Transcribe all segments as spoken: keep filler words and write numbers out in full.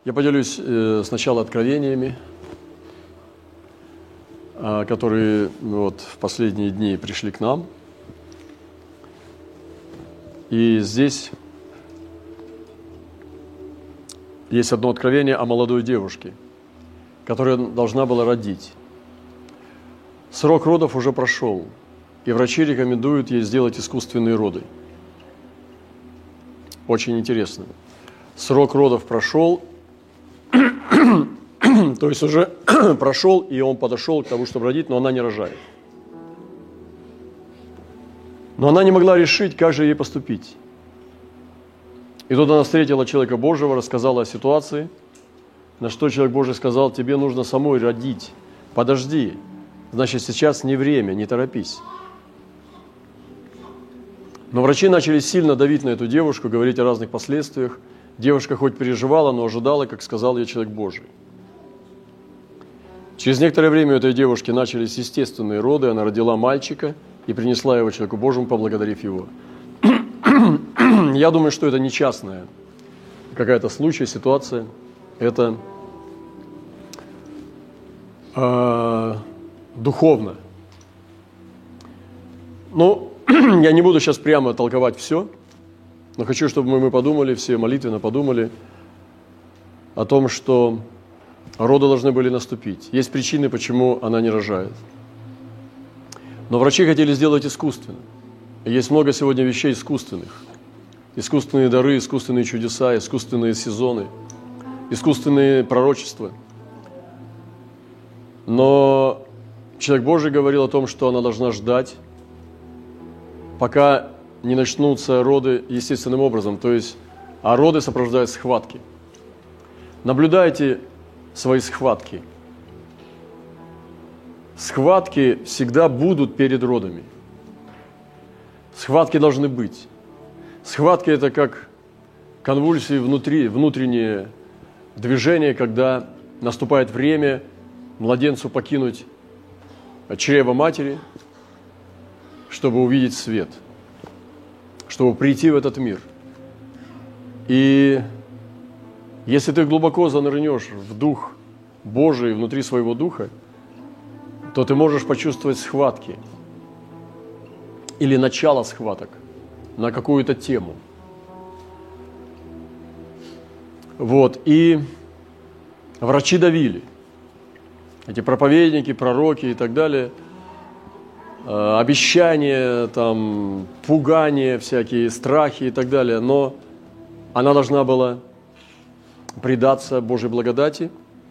Я поделюсь э, сначала откровениями, э, которые вот, в последние дни пришли к нам. И здесь есть одно откровение о молодой девушке, которая должна была родить. Срок родов уже прошел, и врачи рекомендуют ей сделать искусственные роды. Очень интересно. Срок родов прошел, то есть уже прошел, и он подошел к тому, чтобы родить, но она не рожает. Но она не могла решить, как же ей поступить. И тут она встретила человека Божьего, рассказала о ситуации, на что человек Божий сказал: тебе нужно самой родить, подожди, значит, сейчас не время, не торопись. Но врачи начали сильно давить на эту девушку, говорить о разных последствиях. Девушка хоть переживала, но ожидала, как сказал ей человек Божий. Через некоторое время у этой девушки начались естественные роды, она родила мальчика и принесла его человеку Божьему, поблагодарив его. Я думаю, что это не частная какая-то случай, ситуация. Это э, духовно. Ну, я не буду сейчас прямо толковать все, но хочу, чтобы мы, мы подумали, все молитвенно подумали о том, что роды должны были наступить. Есть причины, почему она не рожает. Но врачи хотели сделать искусственно. Есть много сегодня вещей искусственных. Искусственные дары, искусственные чудеса, искусственные сезоны, искусственные пророчества. Но человек Божий говорил о том, что она должна ждать, пока не начнутся роды естественным образом. То есть, а роды сопровождают схватки. Наблюдайте свои схватки. Схватки всегда будут перед родами. Схватки должны быть. Схватки – это как конвульсии внутри, внутреннее движение, когда наступает время младенцу покинуть чрево матери, чтобы увидеть свет, чтобы прийти в этот мир. И если ты глубоко занырнешь в Дух Божий, внутри своего Духа, то ты можешь почувствовать схватки или начало схваток на какую-то тему. Вот, и врачи давили. Эти проповедники, пророки и так далее, э, обещания, там, пугания, всякие страхи и так далее. Но она должна была предаться Божьей благодати.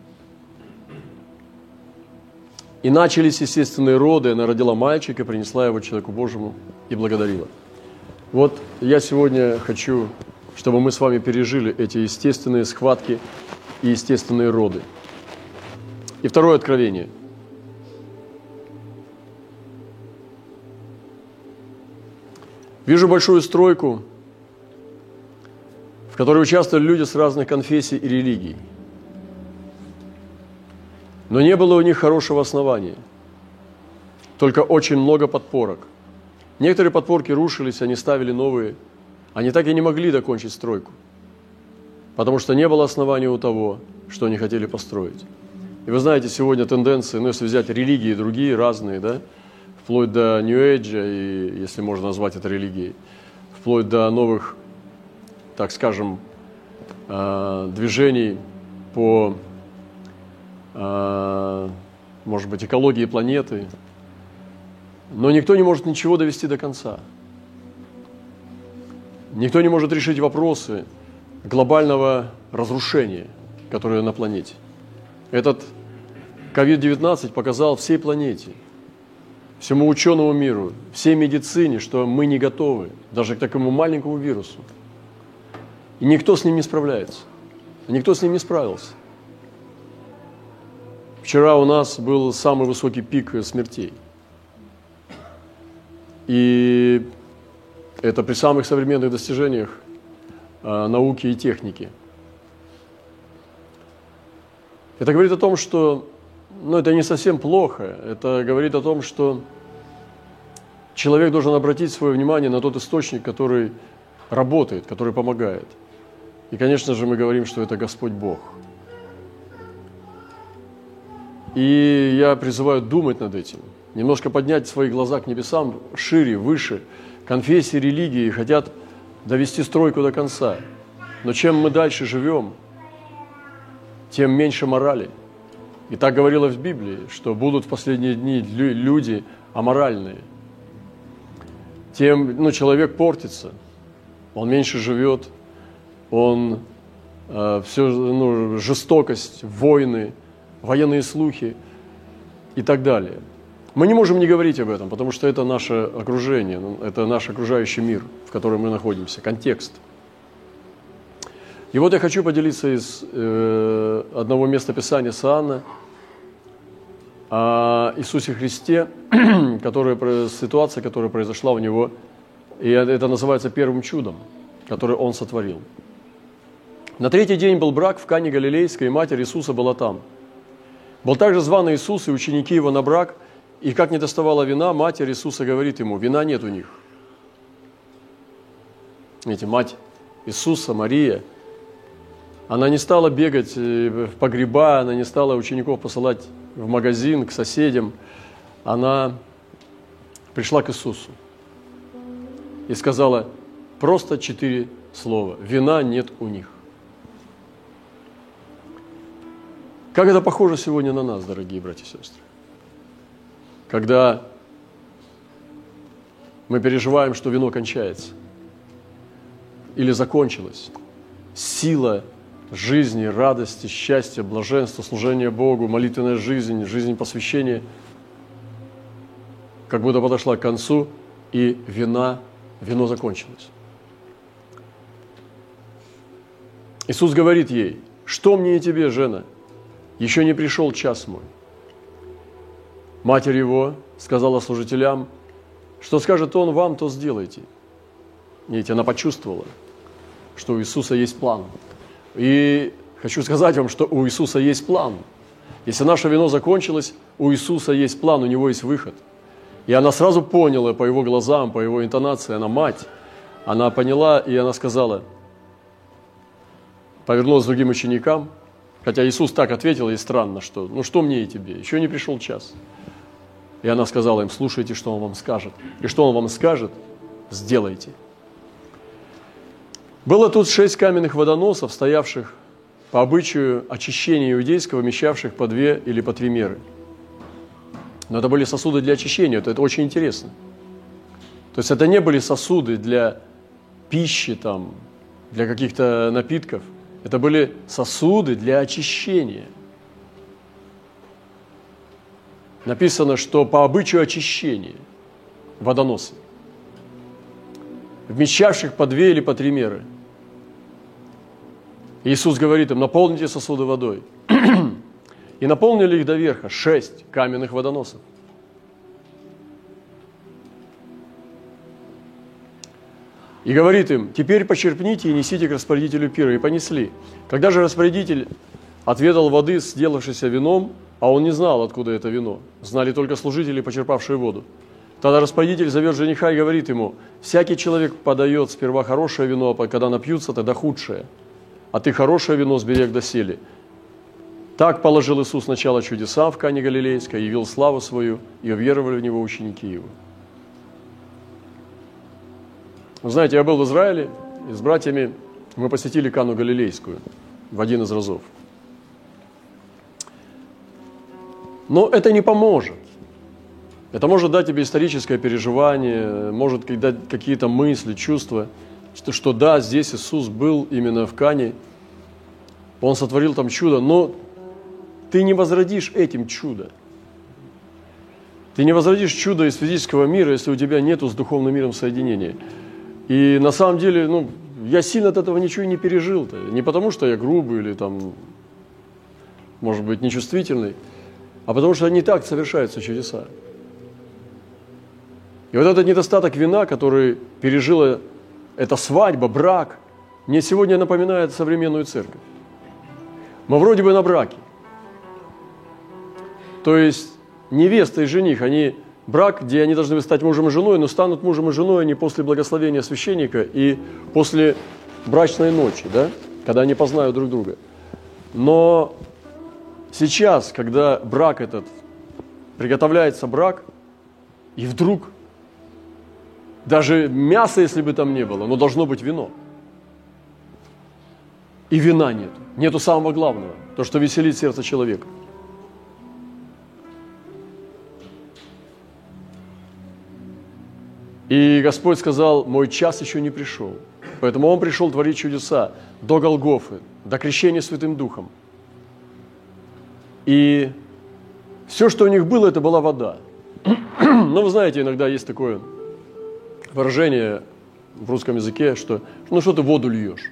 И начались естественные роды, она родила мальчика, принесла его человеку Божьему и благодарила. Вот я сегодня хочу, чтобы мы с вами пережили эти естественные схватки и естественные роды. И второе откровение. Вижу большую стройку, в которой участвовали люди с разных конфессий и религий. Но не было у них хорошего основания, только очень много подпорок. Некоторые подпорки рушились, они ставили новые. Они так и не могли докончить стройку, потому что не было основания у того, что они хотели построить. И вы знаете, сегодня тенденции, ну если взять религии другие, разные, да, вплоть до Нью-Эйджа, и, если можно назвать это религией, вплоть до новых, так скажем, движений по, может быть, экологии планеты. Но никто не может ничего довести до конца. Никто не может решить вопросы глобального разрушения, которое на планете. Этот ковид девятнадцать показал всей планете, всему ученому миру, всей медицине, что мы не готовы даже к такому маленькому вирусу. И никто с ним не справляется. Никто с ним не справился. Вчера у нас был самый высокий пик смертей. И это при самых современных достижениях э, науки и техники. Это говорит о том, что, ну, это не совсем плохо. Это говорит о том, что человек должен обратить свое внимание на тот источник, который работает, который помогает. И, конечно же, мы говорим, что это Господь Бог. И я призываю думать над этим, немножко поднять свои глаза к небесам шире, выше. Конфессии, религии хотят довести стройку до конца. Но чем мы дальше живем, тем меньше морали. И так говорилось в Библии, что будут в последние дни люди аморальные. Тем ну, человек портится, он меньше живет, он э, все, ну, жестокость, войны, военные слухи и так далее. Мы не можем не говорить об этом, потому что это наше окружение, это наш окружающий мир, в котором мы находимся, контекст. И вот я хочу поделиться из э, одного места Писания с Иоанна о Иисусе Христе, которая, ситуация, которая произошла у Него, и это называется первым чудом, которое Он сотворил. На третий день был брак в Кане Галилейской, и матерь Иисуса была там. Был также зван Иисус, и ученики Его на брак, и как не доставала вина, матерь Иисуса говорит Ему: вина нет у них. Видите, мать Иисуса, Мария, она не стала бегать в погреба, она не стала учеников посылать в магазин, к соседям. Она пришла к Иисусу и сказала просто четыре слова: вина нет у них. Как это похоже сегодня на нас, дорогие братья и сестры? Когда мы переживаем, что вино кончается или закончилось, сила жизни, радости, счастья, блаженства, служения Богу, молитвенная жизнь, жизнь посвящения как будто подошла к концу, и вина, вино закончилось. Иисус говорит ей: что мне и тебе, жена? Еще не пришел час мой. Матерь Его сказала служителям: что скажет Он вам, то сделайте. Видите, она почувствовала, что у Иисуса есть план. И хочу сказать вам, что у Иисуса есть план. Если наше вино закончилось, у Иисуса есть план, у Него есть выход. И она сразу поняла по Его глазам, по Его интонации, она мать. Она поняла, и она сказала, повернулась к другим ученикам, хотя Иисус так ответил ей странно, что ну что мне и тебе, еще не пришел час. И она сказала им: слушайте, что Он вам скажет. И что Он вам скажет, сделайте. Было тут шесть каменных водоносов, стоявших по обычаю очищения иудейского, вмещавших по две или по три меры. Но это были сосуды для очищения, это, это очень интересно. То есть это не были сосуды для пищи, там, для каких-то напитков. Это были сосуды для очищения. Написано, что по обычаю очищения водоносы, вмещавших по две или по три меры. Иисус говорит им: наполните сосуды водой. И наполнили их до верха, шесть каменных водоносов. И говорит им: теперь почерпните и несите к распорядителю пира. И понесли. Когда же распорядитель отведал воды, сделавшейся вином, а он не знал, откуда это вино, знали только служители, почерпавшие воду, тогда распорядитель зовет жениха и говорит ему: всякий человек подает сперва хорошее вино, а когда напьются, тогда худшее. А ты хорошее вино сберег доселе. Так положил Иисус начало чудесам в Кане Галилейской, явил славу свою, и уверовали в Него ученики Его. Вы знаете, я был в Израиле, и с братьями мы посетили Кану Галилейскую в один из разов. Но это не поможет. Это может дать тебе историческое переживание, может дать какие-то мысли, чувства, что, что да, здесь Иисус был именно в Кане, Он сотворил там чудо, но ты не возродишь этим чудо. Ты не возродишь чудо из физического мира, если у тебя нету с духовным миром соединения. И на самом деле, ну, я сильно от этого ничего и не пережил-то. Не потому, что я грубый или там, может быть, нечувствительный, а потому что не так совершаются чудеса. И вот этот недостаток вина, который пережила эта свадьба, брак, мне сегодня напоминает современную церковь. Мы вроде бы на браке. То есть невеста и жених, они брак, где они должны стать мужем и женой, но станут мужем и женой они после благословения священника и после брачной ночи, да? когда они познают друг друга. Но сейчас, когда брак этот, приготовляется брак, и вдруг даже мяса, если бы там не было, но должно быть вино. И вина нет. Нету самого главного, то, что веселит сердце человека. И Господь сказал: мой час еще не пришел. Поэтому Он пришел творить чудеса до Голгофы, до крещения Святым Духом. И все, что у них было, это была вода. Но вы знаете, иногда есть такое выражение в русском языке, что ну что ты воду льешь?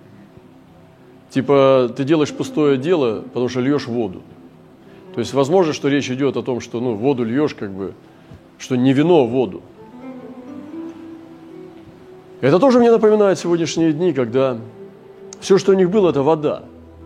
Типа ты делаешь пустое дело, потому что льешь воду. То есть возможно, что речь идет о том, что ну, воду льешь, как бы, что не вино, а воду. Это тоже мне напоминает сегодняшние дни, когда все, что у них было, это вода.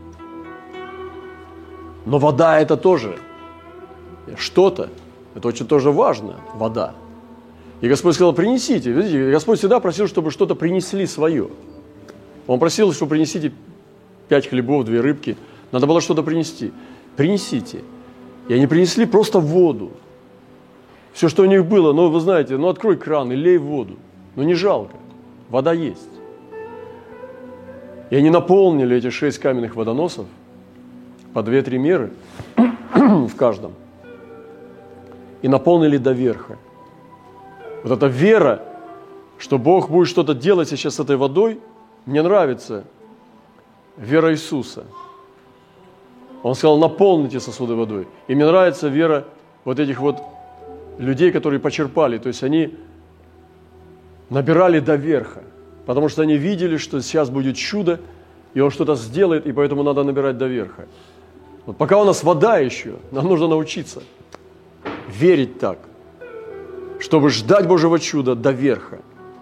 Но вода это тоже что-то, это очень тоже важно, вода. И Господь сказал: принесите. Видите, Господь всегда просил, чтобы что-то принесли свое. Он просил, что принесите пять хлебов, две рыбки. Надо было что-то принести. Принесите. И они принесли просто воду. Все, что у них было, ну, вы знаете, ну, открой кран и лей воду. Ну, не жалко. Вода есть. И они наполнили эти шесть каменных водоносов по две-три меры в каждом. И наполнили до верха. Вот эта вера, что Бог будет что-то делать сейчас с этой водой, мне нравится вера Иисуса. Он сказал: наполните сосуды водой. И мне нравится вера вот этих вот людей, которые почерпали. То есть они набирали до верха, потому что они видели, что сейчас будет чудо, и Он что-то сделает, и поэтому надо набирать до верха. Вот пока у нас вода еще, нам нужно научиться верить так, чтобы ждать Божьего чуда до верха.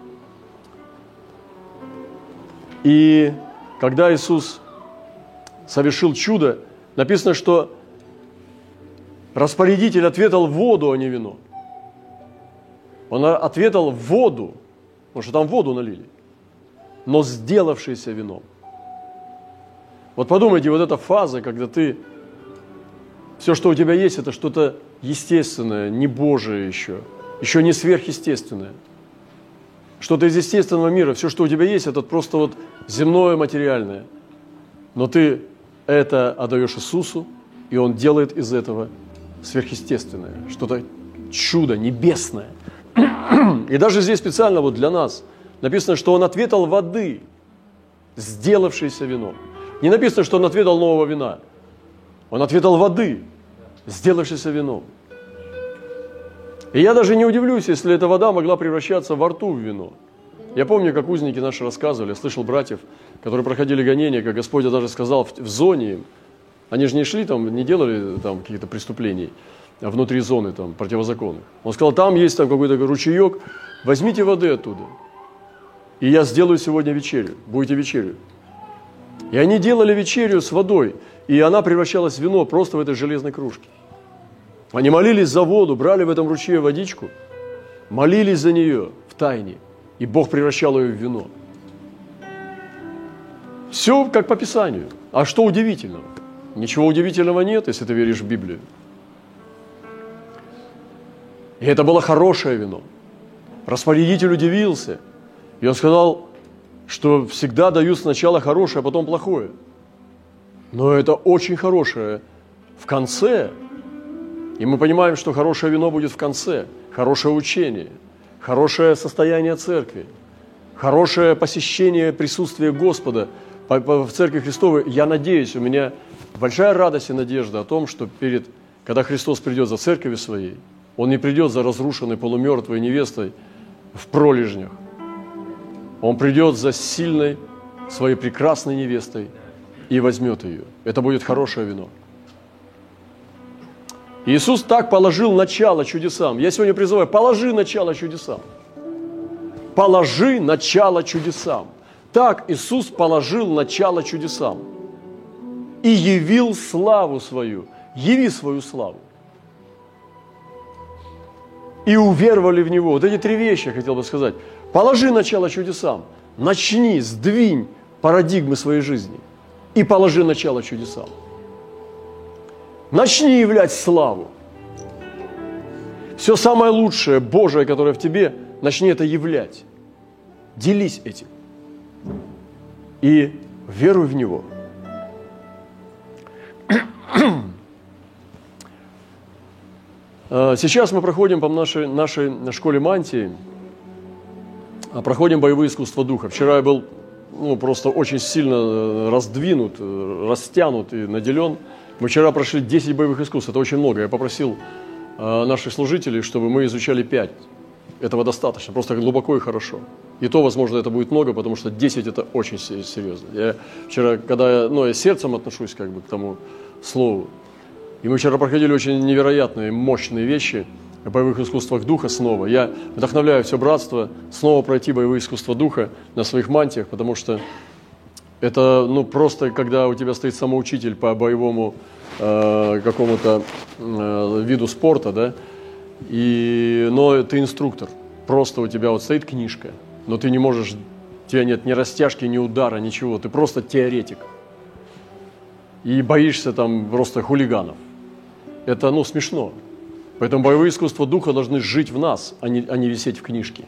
И когда Иисус совершил чудо, написано, что распорядитель ответил воду, а не вино. Он ответил воду, потому что там воду налили, но сделавшееся вином. Вот подумайте, вот эта фаза, когда ты, все, что у тебя есть, это что-то естественное, не Божие еще, еще не сверхъестественное. Что-то из естественного мира, все, что у тебя есть, это просто вот земное, материальное. Но ты это отдаешь Иисусу, и Он делает из этого сверхъестественное, что-то чудо небесное. И даже здесь специально вот для нас написано, что Он ответил воды, сделавшейся вином. Не написано, что Он ответил нового вина. Он ответил воды, сделавшейся вином. И я даже не удивлюсь, если эта вода могла превращаться во рту в вино. Я помню, как узники наши рассказывали, я слышал братьев, которые проходили гонения, как Господь даже сказал в, в зоне им. Они же не шли там, не делали там каких-то преступлений внутри зоны там противозаконных. Он сказал: там есть там какой-то ручеек, возьмите воды оттуда. И я сделаю сегодня вечерю, будете вечерю. И они делали вечерю с водой, и она превращалась в вино просто в этой железной кружке. Они молились за воду, брали в этом ручье водичку, молились за нее в тайне, и Бог превращал ее в вино. Все как по Писанию. А что удивительного? Ничего удивительного нет, если ты веришь в Библию. И это было хорошее вино. Распорядитель удивился, и он сказал, что всегда дают сначала хорошее, а потом плохое. Но это очень хорошее в конце. И мы понимаем, что хорошее вино будет в конце. Хорошее учение, хорошее состояние церкви, хорошее посещение присутствия Господа в Церкви Христовой. Я надеюсь, у меня большая радость и надежда о том, что перед, когда Христос придет за церковью своей, Он не придет за разрушенной полумертвой невестой в пролежнях. Он придет за сильной своей прекрасной невестой и возьмет ее. Это будет хорошее вино. Иисус так положил начало чудесам. Я сегодня призываю: положи начало чудесам. Положи начало чудесам. Так Иисус положил начало чудесам. И явил славу свою. Яви свою славу. И уверовали в Него. Вот эти три вещи я хотел бы сказать. Положи начало чудесам. Начни, сдвинь парадигмы своей жизни и положи начало чудесам. Начни являть славу. Все самое лучшее, Божие, которое в тебе, начни это являть. Делись этим. И веруй в Него. Сейчас мы проходим по нашей, нашей школе мантии, проходим боевые искусства духа. Вчера я был ну, просто очень сильно раздвинут, растянут и наделен. Мы вчера прошли десять боевых искусств, это очень много. Я попросил наших служителей, чтобы мы изучали пять. Этого достаточно, просто глубоко и хорошо. И то, возможно, это будет много, потому что десять это очень серьезно. Я вчера, когда я, ну, я сердцем отношусь как бы к тому слову, и мы вчера проходили очень невероятные, мощные вещи в боевых искусствах духа снова. Я вдохновляю все братство снова пройти боевые искусства духа на своих мантиях, потому что это ну, просто, когда у тебя стоит самоучитель по боевому э, какому-то э, виду спорта, да, и, но ты инструктор. Просто у тебя вот стоит книжка, но ты не можешь, у тебя нет ни растяжки, ни удара, ничего. Ты просто теоретик. И боишься там просто хулиганов. Это, ну, смешно. Поэтому боевые искусства духа должны жить в нас, а не, а не висеть в книжке.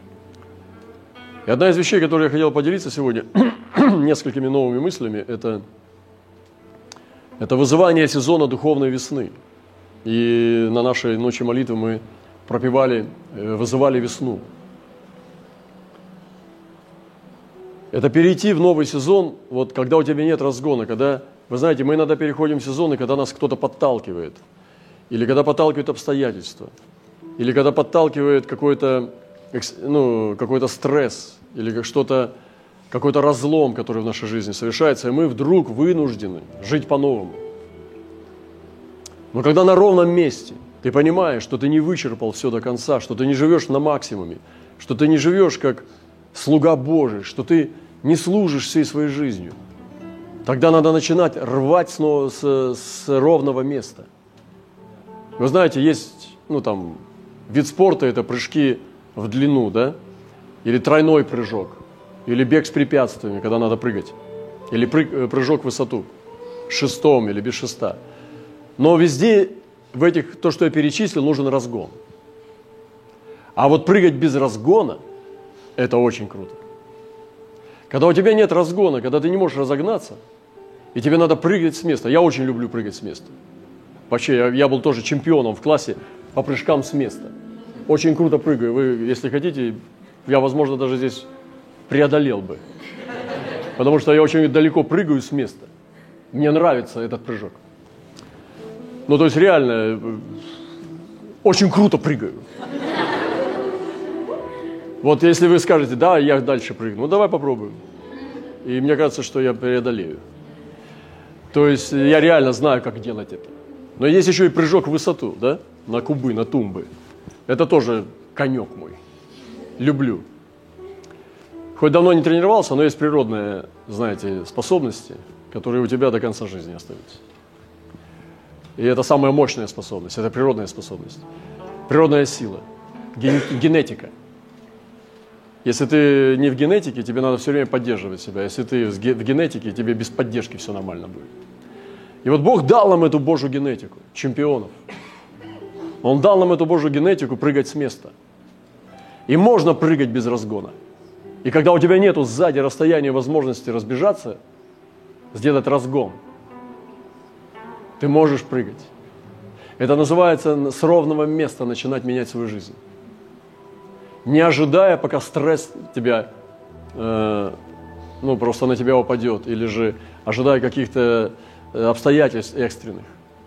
И одна из вещей, которую я хотел поделиться сегодня, несколькими новыми мыслями, это, это вызывание сезона духовной весны. И на нашей ночи молитвы мы пропевали, вызывали весну. Это перейти в новый сезон, вот когда у тебя нет разгона, когда, вы знаете, мы иногда переходим в сезоны, когда нас кто-то подталкивает, или когда подталкивают обстоятельства, или когда подталкивает какой-то, ну, какой-то стресс, или что-то, какой-то разлом, который в нашей жизни совершается, и мы вдруг вынуждены жить по-новому. Но когда на ровном месте ты понимаешь, что ты не вычерпал все до конца, что ты не живешь на максимуме, что ты не живешь как слуга Божий, что ты не служишь всей своей жизнью, тогда надо начинать рвать снова с, с ровного места. Вы знаете, есть ну, там, вид спорта – это прыжки в длину, да? Или тройной прыжок, или бег с препятствиями, когда надо прыгать, или прыг, прыжок в высоту, шестом или без шеста. Но везде, в этих, то, что я перечислил, нужен разгон. А вот прыгать без разгона – это очень круто. Когда у тебя нет разгона, когда ты не можешь разогнаться, и тебе надо прыгать с места. Я очень люблю прыгать с места. Вообще, я, я был тоже чемпионом в классе по прыжкам с места. Очень круто прыгаю. Вы, если хотите, я, возможно, даже здесь преодолел бы. Потому что я очень далеко прыгаю с места. Мне нравится этот прыжок. Ну, то есть, реально, очень круто прыгаю. Вот если вы скажете, да, я дальше прыгну, ну, давай попробуем. И мне кажется, что я преодолею. То есть, я реально знаю, как делать это. Но есть еще и прыжок в высоту, да, на кубы, на тумбы. Это тоже конек мой. Люблю. Хоть давно не тренировался, но есть природные, знаете, способности, которые у тебя до конца жизни остаются. И это самая мощная способность, это природная способность. Природная сила, ген- генетика. Если ты не в генетике, тебе надо все время поддерживать себя. Если ты в генетике, тебе без поддержки все нормально будет. И вот Бог дал нам эту Божью генетику, чемпионов. Он дал нам эту Божью генетику прыгать с места. И можно прыгать без разгона. И когда у тебя нету сзади расстояния возможности разбежаться, сделать разгон, ты можешь прыгать. Это называется с ровного места начинать менять свою жизнь. Не ожидая, пока стресс тебя, э, ну, просто на тебя упадет, или же ожидая каких-то обстоятельств экстренных.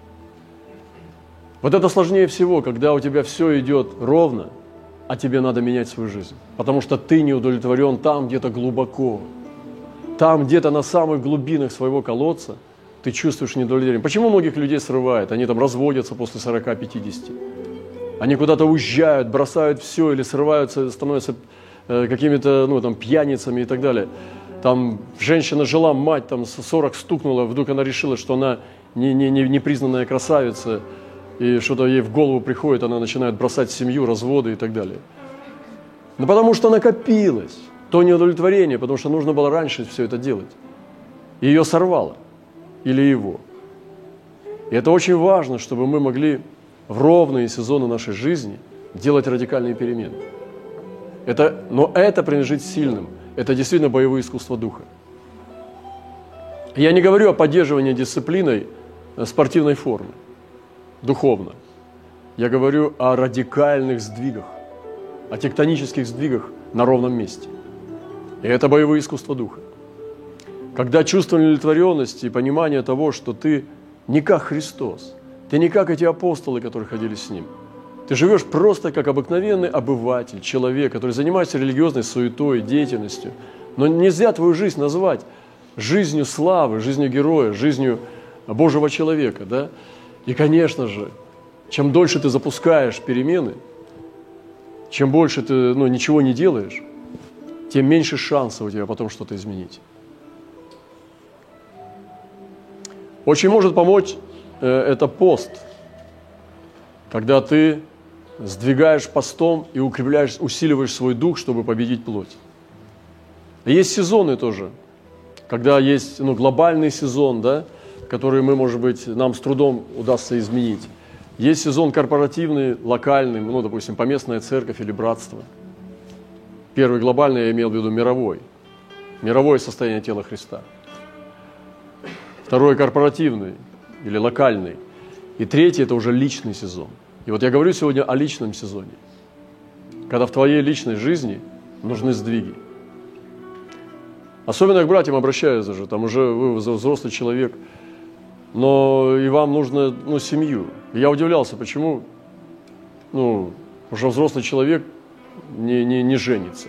Вот это сложнее всего, когда у тебя все идет ровно, а тебе надо менять свою жизнь. Потому что ты не удовлетворен там где-то глубоко. Там где-то на самых глубинах своего колодца ты чувствуешь недовлетворение. Почему многих людей срывает? Они там разводятся после сорока-пятидесяти. Они куда-то уезжают, бросают все или срываются, становятся э, какими-то ну, там, пьяницами и так далее. Там женщина жила, мать там сорок стукнула, вдруг она решила, что она не, не, не, не признанная красавица, и что-то ей в голову приходит, она начинает бросать семью, разводы и так далее. Ну потому что накопилось. то неудовлетворение, потому что нужно было раньше все это делать. И ее сорвало. Или его. И это очень важно, чтобы мы могли в ровные сезоны нашей жизни делать радикальные перемены. Это, но это принадлежит сильным. Это действительно боевые искусства духа. Я не говорю о поддерживании дисциплиной спортивной формы, духовно. Я говорю о радикальных сдвигах, о тектонических сдвигах на ровном месте. И это боевые искусства духа. Когда чувство удовлетворенности и понимание того, что ты не как Христос, ты не как эти апостолы, которые ходили с Ним. Ты живешь просто как обыкновенный обыватель, человек, который занимается религиозной суетой, деятельностью. Но нельзя твою жизнь назвать жизнью славы, жизнью героя, жизнью Божьего человека. Да? И, конечно же, чем дольше ты запускаешь перемены, чем больше ты ну, ничего не делаешь, тем меньше шансов у тебя потом что-то изменить. Очень может помочь э, это пост, когда ты сдвигаешь постом и укрепляешь, усиливаешь свой дух, чтобы победить плоть. Есть сезоны тоже, когда есть ну, глобальный сезон, да, который мы, может быть, нам с трудом удастся изменить. Есть сезон корпоративный, локальный, ну, допустим, поместная церковь или братство. Первый глобальный я имел в виду мировой. Мировое состояние тела Христа. Второй корпоративный или локальный. И третий – это уже личный сезон. И вот я говорю сегодня о личном сезоне, когда в твоей личной жизни нужны сдвиги. Особенно к братьям обращаюсь даже, там уже вы взрослый человек, но и вам нужно ну, семью. И я удивлялся, почему ну, уже взрослый человек не, не, не женится.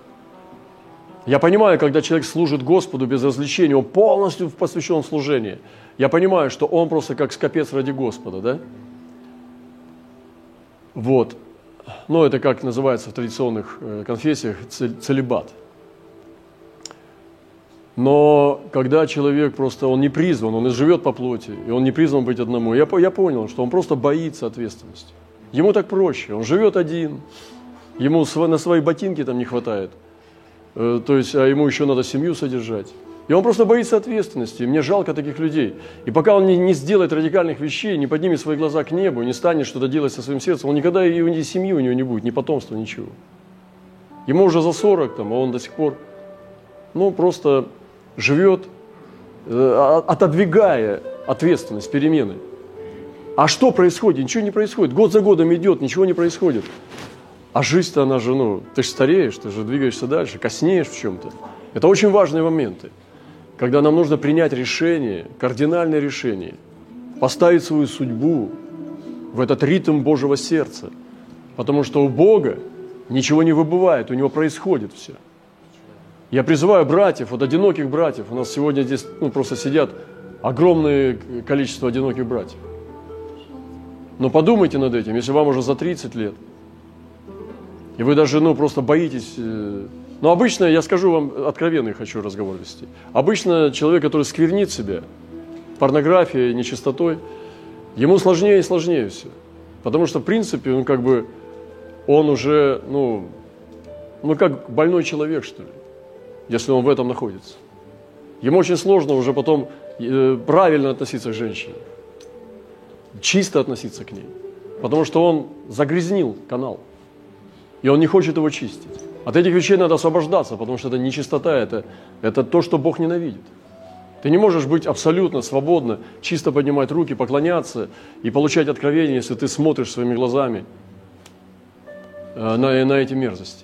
Я понимаю, когда человек служит Господу без развлечения, он полностью посвящен служению. Я понимаю, что он просто как скопец ради Господа, да? Вот. Ну, это как называется в традиционных конфессиях целибат. Но когда человек просто, он не призван, он и живет по плоти, и он не призван быть одному, я, я понял, что он просто боится ответственности. Ему так проще, он живет один, ему на свои ботинки там не хватает, то есть, а ему еще надо семью содержать. И он просто боится ответственности, и мне жалко таких людей. И пока он не, не сделает радикальных вещей, не поднимет свои глаза к небу, не станет что-то делать со своим сердцем, он никогда и, и семьи у него не будет, ни потомства, ничего. Ему уже за сорок, там, а он до сих пор, ну, просто живет, э, отодвигая ответственность, перемены. А что происходит? Ничего не происходит. Год за годом идет, ничего не происходит. А жизнь-то, она же, ну, ты же стареешь, ты же двигаешься дальше, коснеешь в чем-то. Это очень важные моменты, когда нам нужно принять решение, кардинальное решение, поставить свою судьбу в этот ритм Божьего сердца. Потому что у Бога ничего не выбывает, у Него происходит все. Я призываю братьев, вот одиноких братьев, у нас сегодня здесь ну, просто сидят огромное количество одиноких братьев. Но подумайте над этим, если вам уже за тридцать лет, и вы даже ну, просто боитесь... Но обычно, я скажу вам, откровенный хочу разговор вести. Обычно человек, который сквернит себя порнографией, нечистотой, ему сложнее и сложнее все. Потому что, в принципе, он как бы, он уже, ну, ну как больной человек, что ли, если он в этом находится. Ему очень сложно уже потом э, правильно относиться к женщине, чисто относиться к ней, потому что он загрязнил канал, и он не хочет его чистить. От этих вещей надо освобождаться, потому что это нечистота, это, это то, что Бог ненавидит. Ты не можешь быть абсолютно свободно, чисто поднимать руки, поклоняться и получать откровение, если ты смотришь своими глазами на, на эти мерзости.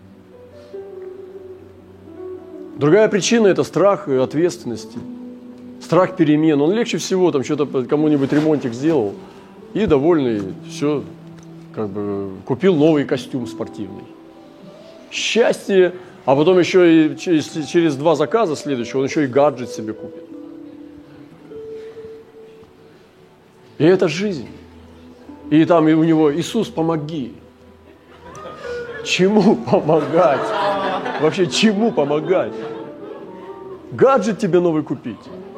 Другая причина – это страх ответственности, страх перемен. Он легче всего, там что-то кому-нибудь ремонтик сделал и довольный, все, как бы купил новый костюм спортивный. Счастье, а потом еще и через, через два заказа следующего он еще и гаджет себе купит. И это жизнь. И там и у него Иисус, помоги. Чему помогать? Вообще, чему помогать? Гаджет тебе новый купить.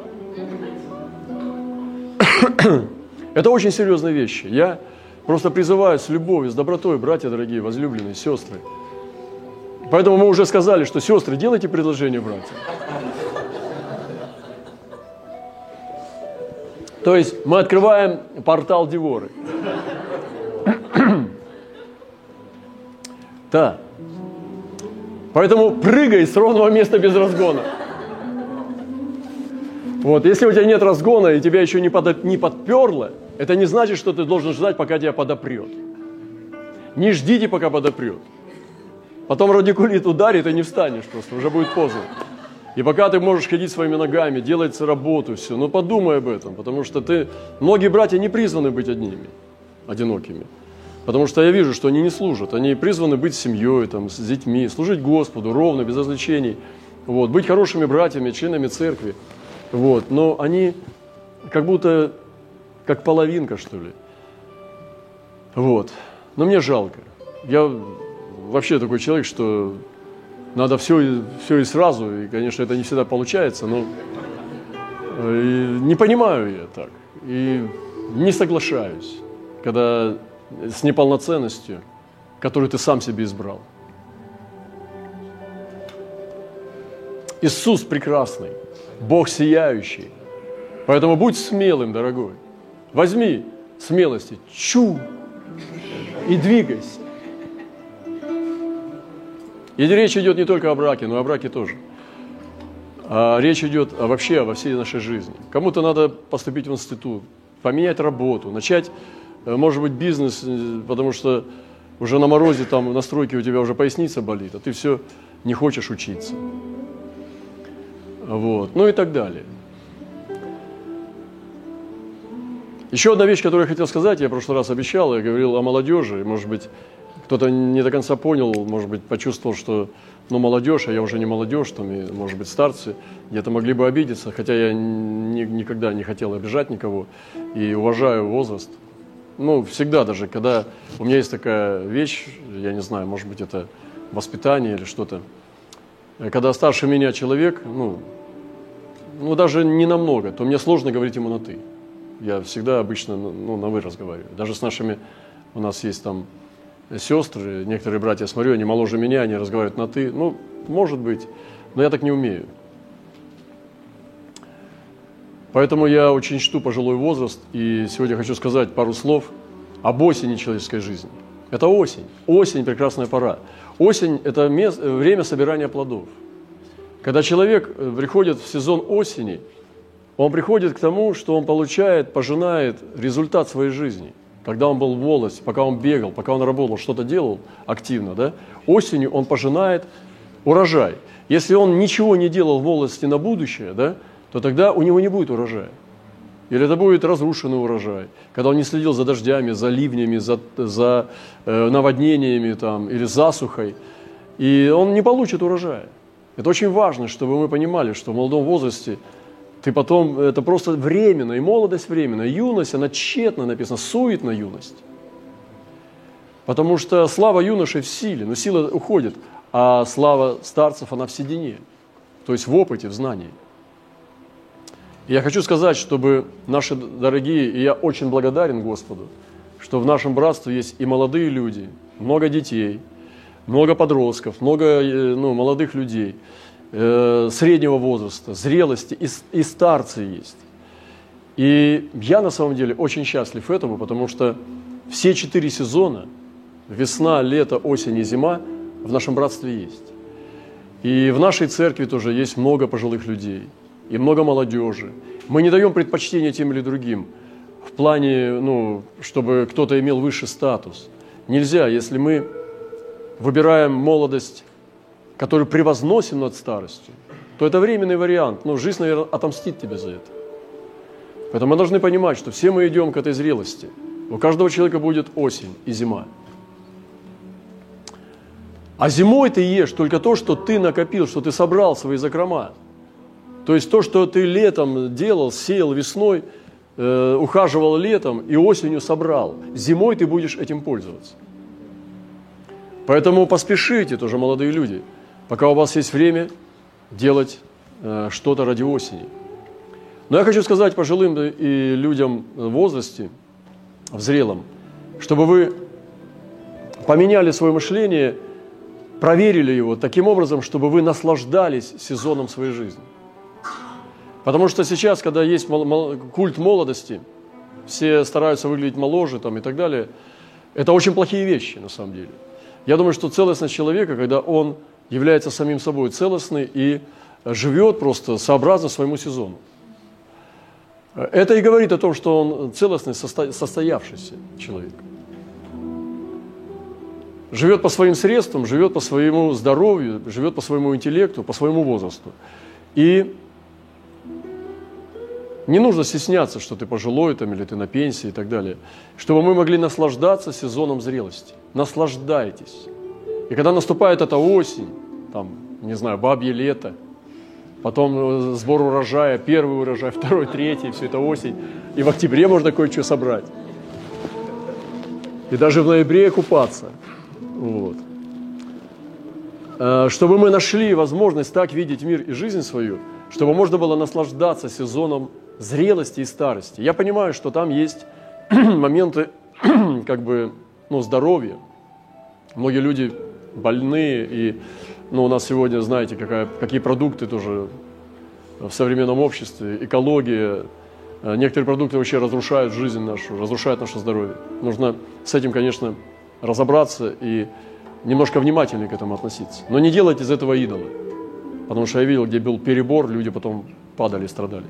Это очень серьезные вещи. Я просто призываю с любовью, с добротой, братья дорогие, возлюбленные, сестры, Поэтому мы уже сказали, что сестры, делайте предложение братьям. То есть мы открываем портал Деворы. Да. Поэтому прыгай с ровного места без разгона. Вот, если у тебя нет разгона и тебя еще не, подо, не подперло, это не значит, что ты должен ждать, пока тебя подопрет. Не ждите, пока подопрет. Потом радикулит ударит, и не встанешь просто, уже будет поздно. И пока ты можешь ходить своими ногами, делать работу, все, ну подумай об этом, потому что ты, многие братья не призваны быть одними, одинокими. Потому что я вижу, что они не служат, они призваны быть семьей, там, с детьми, служить Господу ровно, без развлечений, вот, быть хорошими братьями, членами церкви. Вот, но они как будто как половинка, что ли. Вот. Но мне жалко. Я вообще такой человек, что надо все, и, все и сразу. И, конечно, это не всегда получается, но и не понимаю я так. И не соглашаюсь, когда с неполноценностью, которую ты сам себе избрал. Иисус прекрасный. Бог сияющий. Поэтому будь смелым, дорогой. Возьми смелости, чу, и двигайся. И речь идет не только о браке, но и о браке тоже. А речь идет вообще во всей нашей жизни. Кому-то надо поступить в институт, поменять работу, начать, может быть, бизнес, потому что уже на морозе, там, на стройке у тебя уже поясница болит, а ты все не хочешь учиться. Вот. Ну и так далее. Еще одна вещь, которую я хотел сказать, я в прошлый раз обещал, я говорил о молодежи, может быть, кто-то не до конца понял, может быть, почувствовал, что, ну, молодежь, а я уже не молодежь, там, и, может быть, старцы, где-то могли бы обидеться, хотя я ни, никогда не хотел обижать никого и уважаю возраст. Ну, всегда даже, когда у меня есть такая вещь, я не знаю, может быть, это воспитание или что-то, когда старше меня человек, ну, ну, даже не намного, то мне сложно говорить ему на «ты». Я всегда обычно, ну, на «вы» разговариваю. Даже с нашими, у нас есть там сестры, некоторые братья, смотрю, они моложе меня, они разговаривают на «ты». Ну, может быть, но я так не умею. Поэтому я очень чту пожилой возраст, и сегодня хочу сказать пару слов об осени человеческой жизни. Это осень. Осень – прекрасная пора. Осень – это время собирания плодов. Когда человек приходит в сезон осени, он приходит к тому, что он получает, пожинает результат своей жизни. Когда он был в молодости, пока он бегал, пока он работал, что-то делал активно, да, осенью он пожинает урожай. Если он ничего не делал в молодости на будущее, да, то тогда у него не будет урожая. Или это будет разрушенный урожай, когда он не следил за дождями, за ливнями, за, за э, наводнениями там, или засухой, и он не получит урожая. Это очень важно, чтобы мы понимали, что в молодом возрасте ты потом, это просто временно, и молодость временно, и юность, она тщетна, написано, суетна юность. Потому что слава юношей в силе, но сила уходит, а слава старцев, она в седине, то есть в опыте, в знании. И я хочу сказать, чтобы наши дорогие, и я очень благодарен Господу, что в нашем братстве есть и молодые люди, много детей, много подростков, много ну, молодых людей, э, среднего возраста, зрелости, и, и старцы есть. И я на самом деле очень счастлив этому, потому что все четыре сезона, весна, лето, осень и зима, в нашем братстве есть. И в нашей церкви тоже есть много пожилых людей, и много молодежи. Мы не даем предпочтения тем или другим в плане, ну, чтобы кто-то имел высший статус. Нельзя, если мы выбираем молодость, которую превозносим над старостью, то это временный вариант, но жизнь, наверное, отомстит тебе за это. Поэтому мы должны понимать, что все мы идем к этой зрелости. У каждого человека будет осень и зима. А зимой ты ешь только то, что ты накопил, что ты собрал свои закрома. То есть то, что ты летом делал, сеял весной, э, ухаживал летом и осенью собрал. Зимой ты будешь этим пользоваться. Поэтому поспешите, тоже молодые люди, пока у вас есть время делать э, что-то ради осени. Но я хочу сказать пожилым и людям в возрасте, в зрелом, чтобы вы поменяли свое мышление проверили его таким образом, чтобы вы наслаждались сезоном своей жизни. Потому что сейчас, когда есть культ молодости, все стараются выглядеть моложе там, и так далее, это очень плохие вещи на самом деле. Я думаю, что целостность человека, когда он является самим собой целостный и живет просто сообразно своему сезону. Это и говорит о том, что он целостный, состоявшийся человек. Живет по своим средствам, живет по своему здоровью, живет по своему интеллекту, по своему возрасту. И не нужно стесняться, что ты пожилой там, или ты на пенсии и так далее. Чтобы мы могли наслаждаться сезоном зрелости. Наслаждайтесь. И когда наступает эта осень, там, не знаю, бабье лето, потом сбор урожая, первый урожай, второй, третий, все это осень. И в октябре можно кое-что собрать. И даже в ноябре купаться. Вот. Чтобы мы нашли возможность так видеть мир и жизнь свою, чтобы можно было наслаждаться сезоном зрелости и старости. Я понимаю, что там есть моменты как бы, ну, здоровья. Многие люди больные, и ну, у нас сегодня, знаете, какая, какие продукты тоже в современном обществе, экология. Некоторые продукты вообще разрушают жизнь нашу, разрушают наше здоровье. Нужно с этим, конечно, разобраться и немножко внимательнее к этому относиться. Но не делать из этого идола. Потому что я видел, где был перебор, люди потом падали и страдали.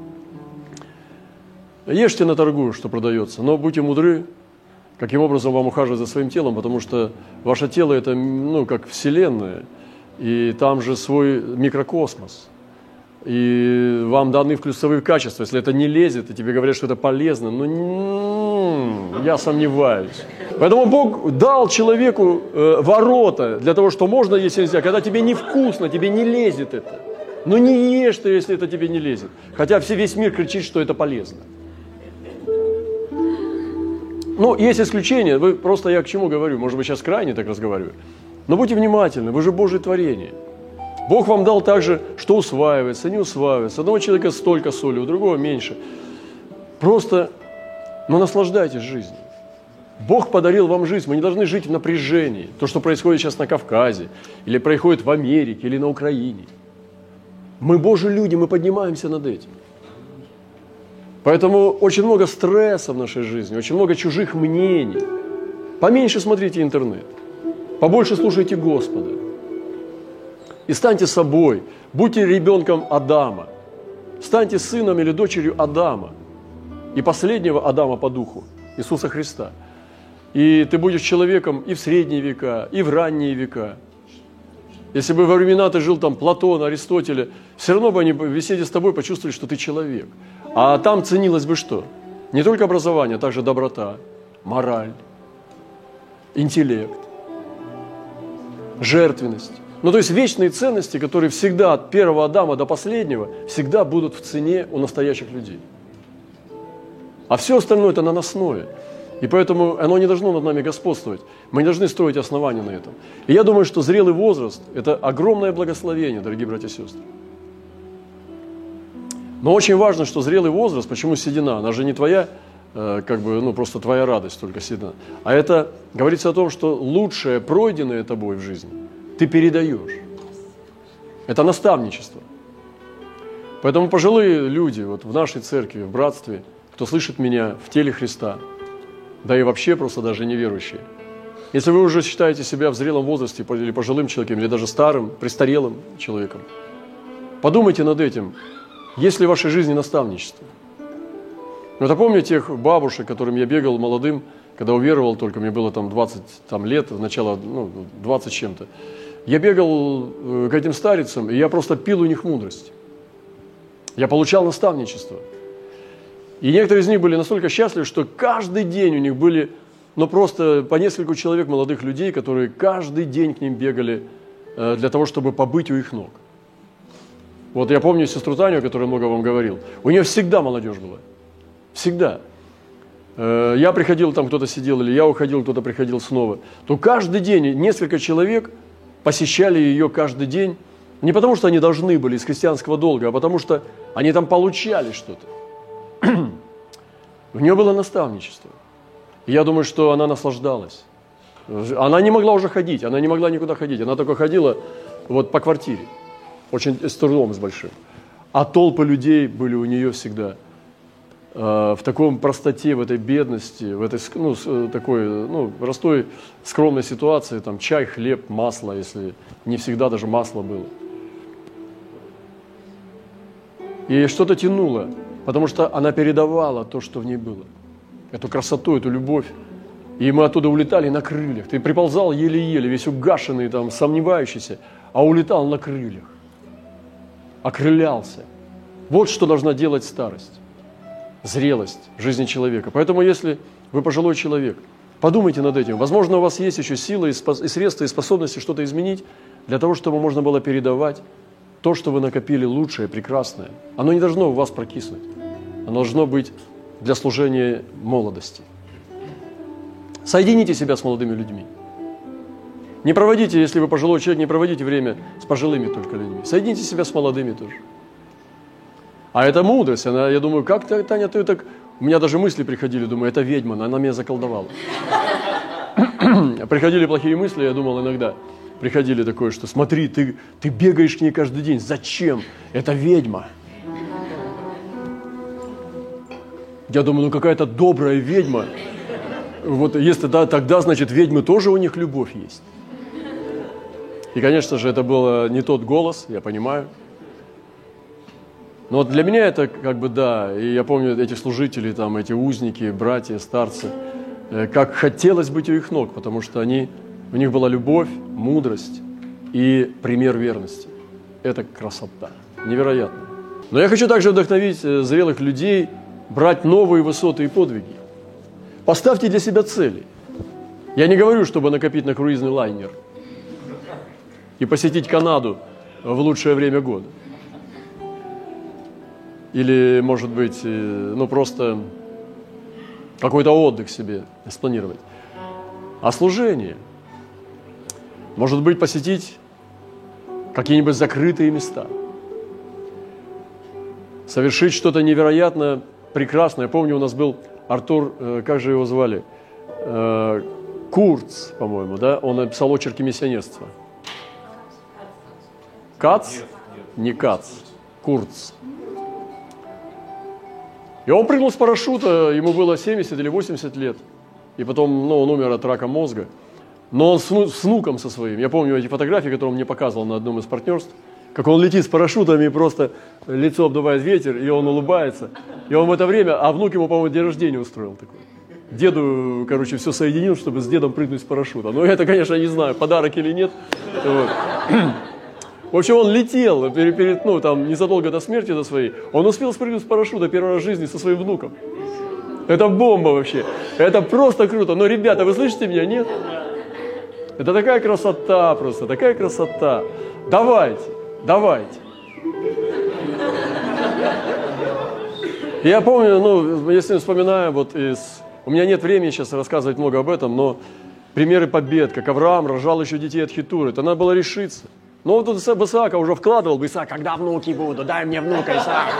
Ешьте на торгу, что продается, но будьте мудры, каким образом вам ухаживать за своим телом, потому что ваше тело – это, ну, как вселенная, и там же свой микрокосмос. И вам даны вкусовые качества. Если это не лезет, и тебе говорят, что это полезно, ну, я сомневаюсь. Поэтому Бог дал человеку э, ворота для того, что можно есть и нельзя. Когда тебе невкусно, тебе не лезет это. Ну не ешь ты, если это тебе не лезет. Хотя все, весь мир кричит, что это полезно. Ну, есть исключения. Вы, просто я к чему говорю? Может быть, сейчас крайне так разговариваю. Но будьте внимательны, вы же Божье творение. Бог вам дал также, что усваивается, не усваивается. Одного человека столько соли, у другого меньше. Просто, ну, наслаждайтесь жизнью. Бог подарил вам жизнь. Мы не должны жить в напряжении. То, что происходит сейчас на Кавказе, или происходит в Америке, или на Украине. Мы Божьи люди, мы поднимаемся над этим. Поэтому очень много стресса в нашей жизни, очень много чужих мнений. Поменьше смотрите интернет, побольше слушайте Господа. И станьте собой, будьте ребенком Адама, станьте сыном или дочерью Адама и последнего Адама по духу, Иисуса Христа. И ты будешь человеком и в средние века, и в ранние века. Если бы во времена ты жил там Платона, Аристотеля, все равно бы они в беседе с тобой почувствовали, что ты человек. А там ценилось бы что? Не только образование, а также доброта, мораль, интеллект, жертвенность. Ну, то есть вечные ценности, которые всегда от первого Адама до последнего, всегда будут в цене у настоящих людей. А все остальное – это наносное. И поэтому оно не должно над нами господствовать. Мы не должны строить основания на этом. И я думаю, что зрелый возраст – это огромное благословение, дорогие братья и сестры. Но очень важно, что зрелый возраст, почему седина, она же не твоя, э, как бы, ну, просто твоя радость только седина. А это говорится о том, что лучшее, пройденное тобой в жизни, ты передаешь. Это наставничество. Поэтому пожилые люди вот в нашей церкви, в братстве, кто слышит меня в теле Христа, да и вообще просто даже неверующие. Если вы уже считаете себя в зрелом возрасте или пожилым человеком, или даже старым, престарелым человеком, подумайте над этим, есть ли в вашей жизни наставничество. Вот я помню тех бабушек, которым я бегал молодым, когда уверовал только, мне было там двадцать там, лет, начало, ну, двадцать чем-то. Я бегал к этим старицам, и я просто пил у них мудрость. Я получал наставничество. И некоторые из них были настолько счастливы, что каждый день у них были, ну, просто по нескольку человек, молодых людей, которые каждый день к ним бегали э, для того, чтобы побыть у их ног. Вот я помню сестру Таню, о которой много вам говорил. У нее всегда молодежь была. Всегда. Э, я приходил, там кто-то сидел, или я уходил, кто-то приходил снова. То каждый день несколько человек посещали ее каждый день. Не потому, что они должны были из христианского долга, а потому, что они там получали что-то. У нее было наставничество. И я думаю, что она наслаждалась. Она не могла уже ходить, она не могла никуда ходить. Она только ходила вот по квартире, очень с трудом, с большим. А толпы людей были у нее всегда э, в таком простоте, в этой бедности, в этой ну, такой ну, простой, скромной ситуации, там чай, хлеб, масло, если не всегда даже масло было. И что-то тянуло, потому что она передавала то, что в ней было. Эту красоту, эту любовь. И мы оттуда улетали на крыльях. Ты приползал еле-еле, весь угашенный, там, сомневающийся, а улетал на крыльях. Окрылялся. Вот что должна делать старость. Зрелость в жизни человека. Поэтому, если вы пожилой человек, подумайте над этим. Возможно, у вас есть еще сила и средства, и способности что-то изменить, для того, чтобы можно было передавать то, что вы накопили лучшее, прекрасное. Оно не должно у вас прокиснуть. Оно должно быть для служения молодости. Соедините себя с молодыми людьми. Не проводите, если вы пожилой человек, не проводите время с пожилыми только людьми. Соедините себя с молодыми тоже. А это мудрость. Она, я думаю, как ты, Таня, ты так... У меня даже мысли приходили, думаю, это ведьма, она меня заколдовала. Приходили плохие мысли, я думал иногда. Приходили такое, что смотри, ты, ты бегаешь к ней каждый день. Зачем? Это ведьма. Я думаю, ну какая-то добрая ведьма. Вот если да, тогда, значит, ведьмы тоже у них любовь есть. И, конечно же, это был не тот голос, я понимаю. Но вот для меня это как бы да. И я помню этих служителей, там, эти узники, братья, старцы, как хотелось быть у их ног, потому что они, у них была любовь, мудрость и пример верности. Это красота. Невероятно. Но я хочу также вдохновить зрелых людей брать новые высоты и подвиги. Поставьте для себя цели. Я не говорю, чтобы накопить на круизный лайнер и посетить Канаду в лучшее время года. Или, может быть, ну просто какой-то отдых себе спланировать. А служение. Может быть, посетить какие-нибудь закрытые места. Совершить что-то невероятно прекрасное. Я помню, у нас был Артур, как же его звали? Курц, по-моему, да? Он написал очерки миссионерства. Кац? Не Кац. Курц. И он прыгнул с парашюта, ему было семьдесят или восемьдесят лет. И потом, ну, он умер от рака мозга. Но он с, с внуком со своим. Я помню эти фотографии, которые он мне показывал на одном из партнерств. Как он летит с парашютами, и просто лицо обдувает ветер, и он улыбается. И он в это время, а внук ему, по-моему, день рождения устроил такой. Деду, короче, все соединил, чтобы с дедом прыгнуть с парашюта. Но это, конечно, не знаю, подарок или нет. Вот. В общем, он летел, перед, перед, ну, там, незадолго до смерти до своей. Он успел спрыгнуть с парашюта первый раз в жизни со своим внуком. Это бомба вообще. Это просто круто. Но, ребята, вы слышите меня, нет? Это такая красота просто, такая красота. Давайте, давайте. Я помню, ну, если вспоминаю, вот из... У меня нет времени сейчас рассказывать много об этом, но примеры побед, как Авраам рожал еще детей от Хетуры, это надо было решиться. Но вот тут Исаака уже вкладывал бы, Исаак, когда внуки будут, дай мне внука, Исаак.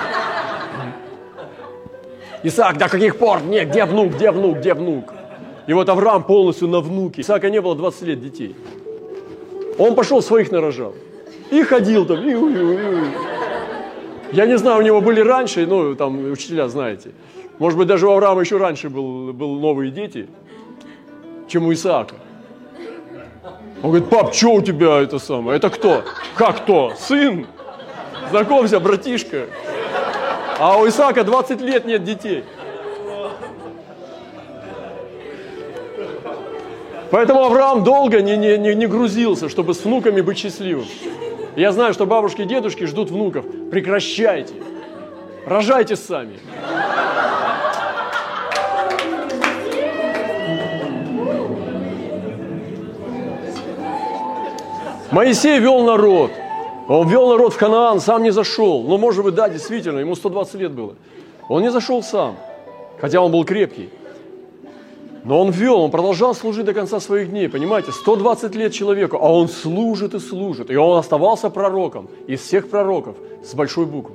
Исаак, до каких пор? Нет, где внук, где внук, где внук? И вот Авраам полностью на внуке. Исаака не было двадцать лет детей. Он пошел своих нарожал. И ходил там. И, и, и. Я не знаю, у него были раньше, ну, там, учителя, знаете. Может быть, даже у Авраама еще раньше был, был новые дети, чем у Исаака. Он говорит, пап, что у тебя это самое? Это кто? Как кто? Сын? Знакомься, братишка. А у Исаака двадцать лет нет детей. Поэтому Авраам долго не, не, не, не грузился, чтобы с внуками быть счастливым. Я знаю, что бабушки и дедушки ждут внуков. Прекращайте. Рожайте сами. Моисей вел народ. Он вел народ в Ханаан, сам не зашел. Ну, может быть, да, действительно, ему сто двадцать лет было. Он не зашел сам, хотя он был крепкий. Но он вел, он продолжал служить до конца своих дней, понимаете? сто двадцать лет человеку, а он служит и служит. И он оставался пророком из всех пророков с большой буквы.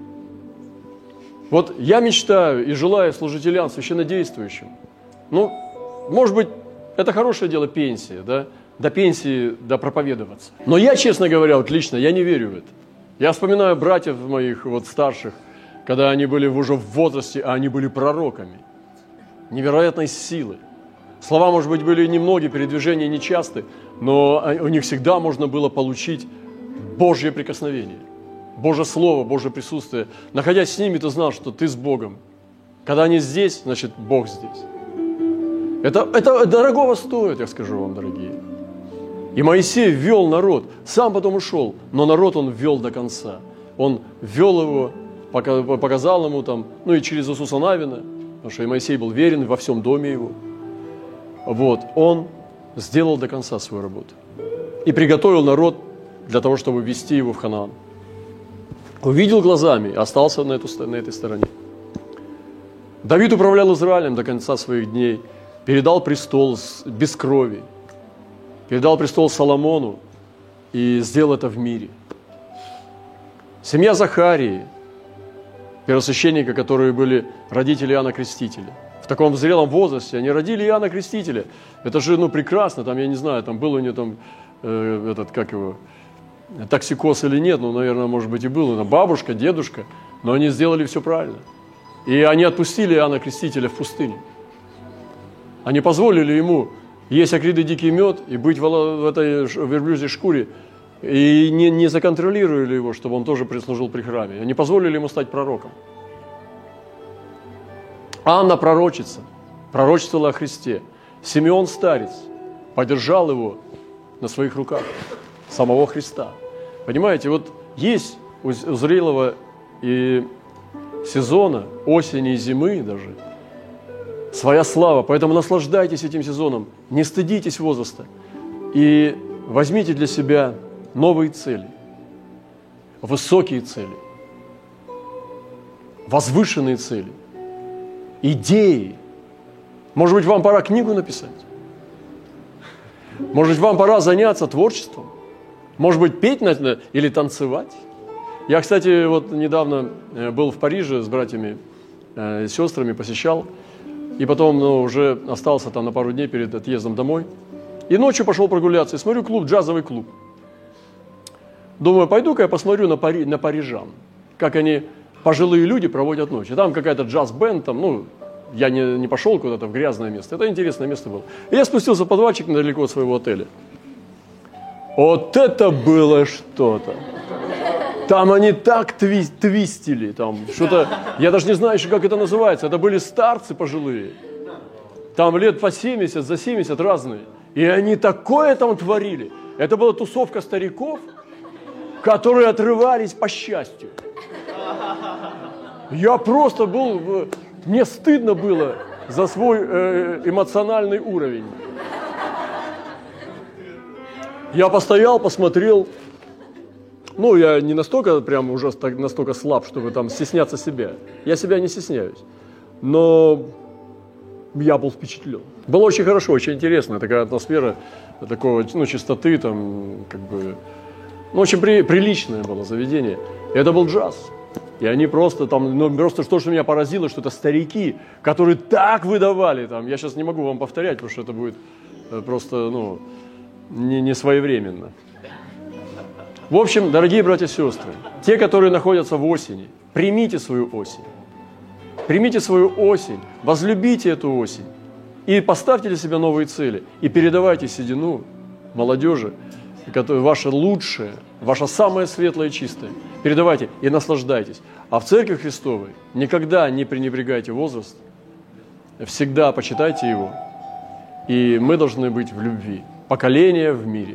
Вот я мечтаю и желаю служителям священнодействующим. Ну, может быть, Это хорошее дело пенсия, да? До пенсии допроповедоваться. Но я, честно говоря, вот лично, я не верю в это. Я вспоминаю братьев моих вот старших, когда они были уже в возрасте, а они были пророками. Невероятной силы. Слова, может быть, были немногие, передвижения нечасты, но у них всегда можно было получить Божье прикосновение, Божье Слово, Божье присутствие. Находясь с ними, ты знал, что ты с Богом. Когда они здесь, значит, Бог здесь. Это, это дорогого стоит, я скажу вам, дорогие. И Моисей ввел народ, сам потом ушел, но народ он ввел до конца. Он ввел его, показал ему там, ну и через Иисуса Навина, потому что и Моисей был верен во всем доме его. Вот, он сделал до конца свою работу. И приготовил народ для того, чтобы ввести его в Ханаан. Увидел глазами, остался на, эту, на этой стороне. Давид управлял Израилем до конца своих дней, передал престол без крови, передал престол Соломону и сделал это в мире. Семья Захарии, первосвященника, которые были родители Иоанна Крестителя, в таком зрелом возрасте, они родили Иоанна Крестителя. Это же, ну, прекрасно, там, я не знаю, там был у него там, э, этот, как его, токсикоз или нет, ну, наверное, может быть и был, но бабушка, дедушка, но они сделали все правильно. И они отпустили Иоанна Крестителя в пустыню. Они позволили ему есть акрид и дикий мед и быть в этой верблюжьей шкуре, и не, не законтролировали его, чтобы он тоже прислужил при храме. Они позволили ему стать пророком. Анна пророчица, пророчествовала о Христе. Симеон старец подержал его на своих руках, самого Христа. Понимаете, вот есть у зрелого и сезона, осени и зимы даже, своя слава. Поэтому наслаждайтесь этим сезоном, не стыдитесь возраста и возьмите для себя новые цели, высокие цели, возвышенные цели, идеи. Может быть, вам пора книгу написать? Может быть, вам пора заняться творчеством? Может быть, петь или танцевать? Я, кстати, вот недавно был в Париже с братьями и сестрами, посещал, и потом ну, уже остался там на пару дней перед отъездом домой. И ночью пошел прогуляться, и смотрю клуб, джазовый клуб. Думаю, пойду-ка я посмотрю на, пари, на парижан, как они, пожилые люди, проводят ночь. И там какая-то джаз-бенд, там, ну, я не, не пошел куда-то в грязное место. Это интересное место было. И я спустился в подвальчик недалеко от своего отеля. Вот это было что-то. Там они так тви- твистили, там что-то, я даже не знаю еще, как это называется. Это были старцы пожилые. Там лет по семьдесят, за семьдесят разные. И они такое там творили. Это была тусовка стариков, которые отрывались по счастью. Я просто был, мне стыдно было за свой э, эмоциональный уровень. Я постоял, посмотрел. Ну, я не настолько прям уже настолько слаб, чтобы там стесняться себя. Я себя не стесняюсь. Но я был впечатлен. Было очень хорошо, очень интересно. Такая атмосфера, такого, ну, чистоты, там, как бы... Ну, очень при, приличное было заведение. И это был джаз. И они просто там, ну, просто то, что меня поразило, что это старики, которые так выдавали там. Я сейчас не могу вам повторять, потому что это будет просто, ну, не, не своевременно. В общем, дорогие братья и сестры, те, которые находятся в осени, примите свою осень. Примите свою осень, возлюбите эту осень и поставьте для себя новые цели. И передавайте седину молодежи, которая ваша лучшая, ваша самая светлая и чистая. Передавайте и наслаждайтесь. А в Церкви Христовой никогда не пренебрегайте возраст, всегда почитайте его. И мы должны быть в любви. Поколение в мире.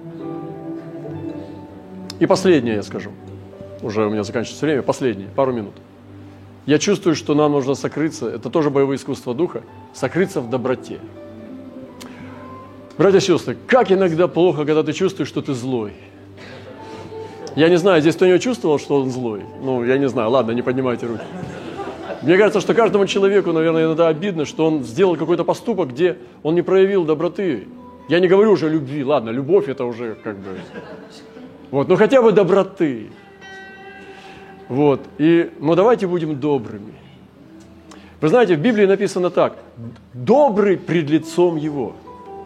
И последнее я скажу. Уже у меня заканчивается время. Последнее, пару минут. Я чувствую, что нам нужно сокрыться, это тоже боевое искусство духа, сокрыться в доброте. Братья и сестры, как иногда плохо, когда ты чувствуешь, что ты злой. Я не знаю, здесь кто-нибудь чувствовал, что он злой? Ну, я не знаю, ладно, не поднимайте руки. Мне кажется, что каждому человеку, наверное, иногда обидно, что он сделал какой-то поступок, где он не проявил доброты. Я не говорю уже о любви, ладно, любовь это уже как бы... Вот, ну хотя бы доброты. Вот, и, ну давайте будем добрыми. Вы знаете, в Библии написано так: добрый пред лицом Его.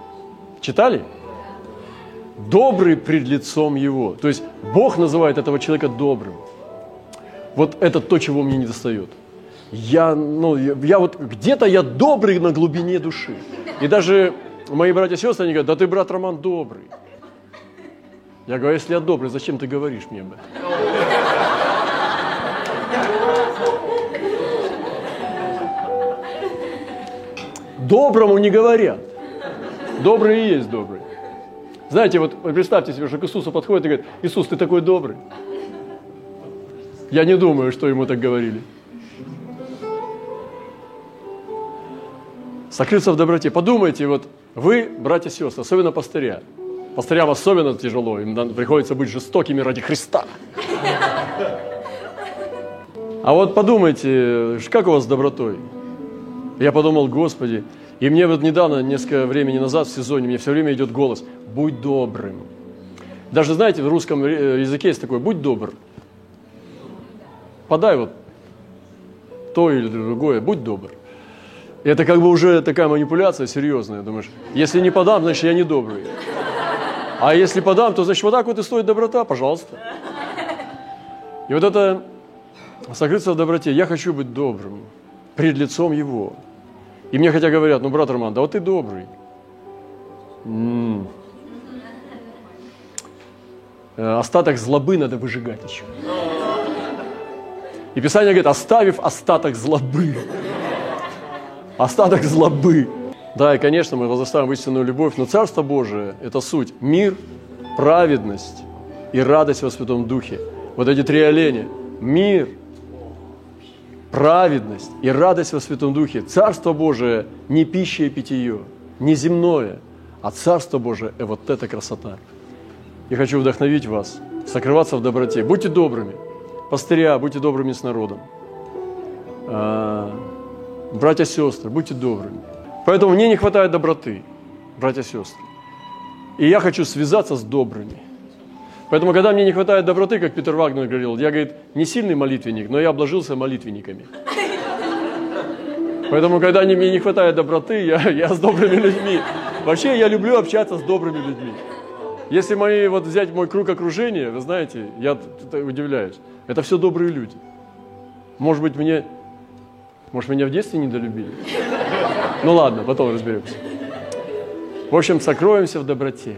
Читали? Добрый пред лицом Его. То есть Бог называет этого человека добрым. Вот это то, чего мне не достает. Я, ну, я, я вот где-то я добрый на глубине души. И даже мои братья и сестры, они говорят: да ты, брат Роман, добрый. Я говорю: если я добрый, зачем ты говоришь мне об этом? Доброму не говорят. Добрый и есть добрый. Знаете, вот представьте себе, что к Иисусу подходит и говорит: Иисус, ты такой добрый. Я не думаю, что ему так говорили. Сокрыться в доброте. Подумайте, вот вы, братья и сестры, особенно пастыря. Пастырям особенно тяжело, им приходится быть жестокими ради Христа. А вот подумайте, как у вас с добротой? Я подумал: Господи, и мне вот недавно, несколько времени назад в сезоне, мне все время идет голос: будь добрым. Даже, знаете, в русском языке есть такое: будь добр. Подай вот то или другое, будь добр. И это как бы уже такая манипуляция серьезная. Думаешь, если не подам, значит я не добрый. А если подам, то значит вот так вот и стоит доброта, пожалуйста. И вот это сокрыться в доброте. Я хочу быть добрым пред лицом Его. И мне хотя говорят: ну, брат Роман, да вот ты добрый. М-м. Остаток злобы надо выжигать еще. И Писание говорит: оставив остаток злобы. Остаток злобы. Да, и, конечно, мы возрастаем в истинную любовь, но Царство Божие – это суть. Мир, праведность и радость во Святом Духе. Вот эти три оленя. Мир, праведность и радость во Святом Духе. Царство Божие не пища и питье, не земное, а Царство Божие – вот эта красота. Я хочу вдохновить вас, сокрываться в доброте. Будьте добрыми. Пастыря, будьте добрыми с народом. Братья и сестры, будьте добрыми. Поэтому мне не хватает доброты, братья и сестры. И я хочу связаться с добрыми. Поэтому, когда мне не хватает доброты, как Питер Вагнер говорил, я, говорит, не сильный молитвенник, но я обложился молитвенниками. Поэтому, когда мне не хватает доброты, я, я с добрыми людьми. Вообще, я люблю общаться с добрыми людьми. Если мои, вот взять мой круг окружения, вы знаете, я удивляюсь, это все добрые люди. Может быть, мне... Может, меня в детстве недолюбили? Ну ладно, потом разберемся. В общем, сокроемся в доброте.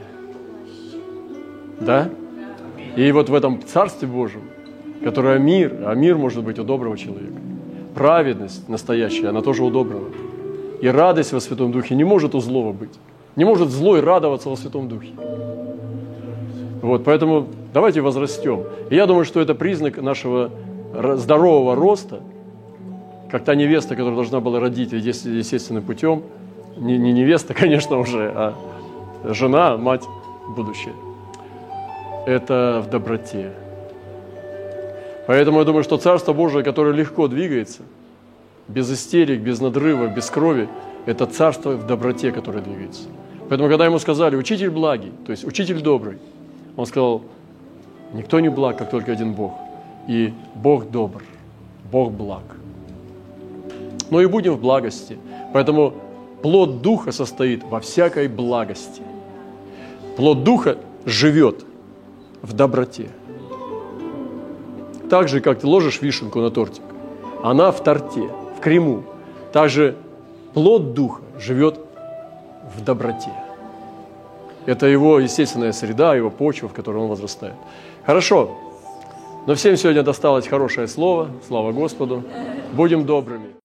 Да? И вот в этом Царстве Божьем, которое мир, а мир может быть у доброго человека. Праведность настоящая, она тоже у доброго. И радость во Святом Духе не может у злого быть. Не может злой радоваться во Святом Духе. Вот, поэтому давайте возрастем. И я думаю, что это признак нашего здорового роста, как та невеста, которая должна была родить естественным путем, не, не невеста, конечно, уже, а жена, мать будущая. Это в доброте. Поэтому я думаю, что Царство Божие, которое легко двигается, без истерик, без надрыва, без крови, это Царство в доброте, которое двигается. Поэтому, когда ему сказали: учитель благий, то есть учитель добрый, он сказал: никто не благ, как только один Бог. И Бог добр, Бог благ. Но и будем в благости. Поэтому плод Духа состоит во всякой благости. Плод Духа живет в доброте. Так же, как ты ложишь вишенку на тортик, она в торте, в крему. Также плод Духа живет в доброте. Это его естественная среда, его почва, в которой он возрастает. Хорошо. Но всем сегодня досталось хорошее слово. Слава Господу. Будем добрыми.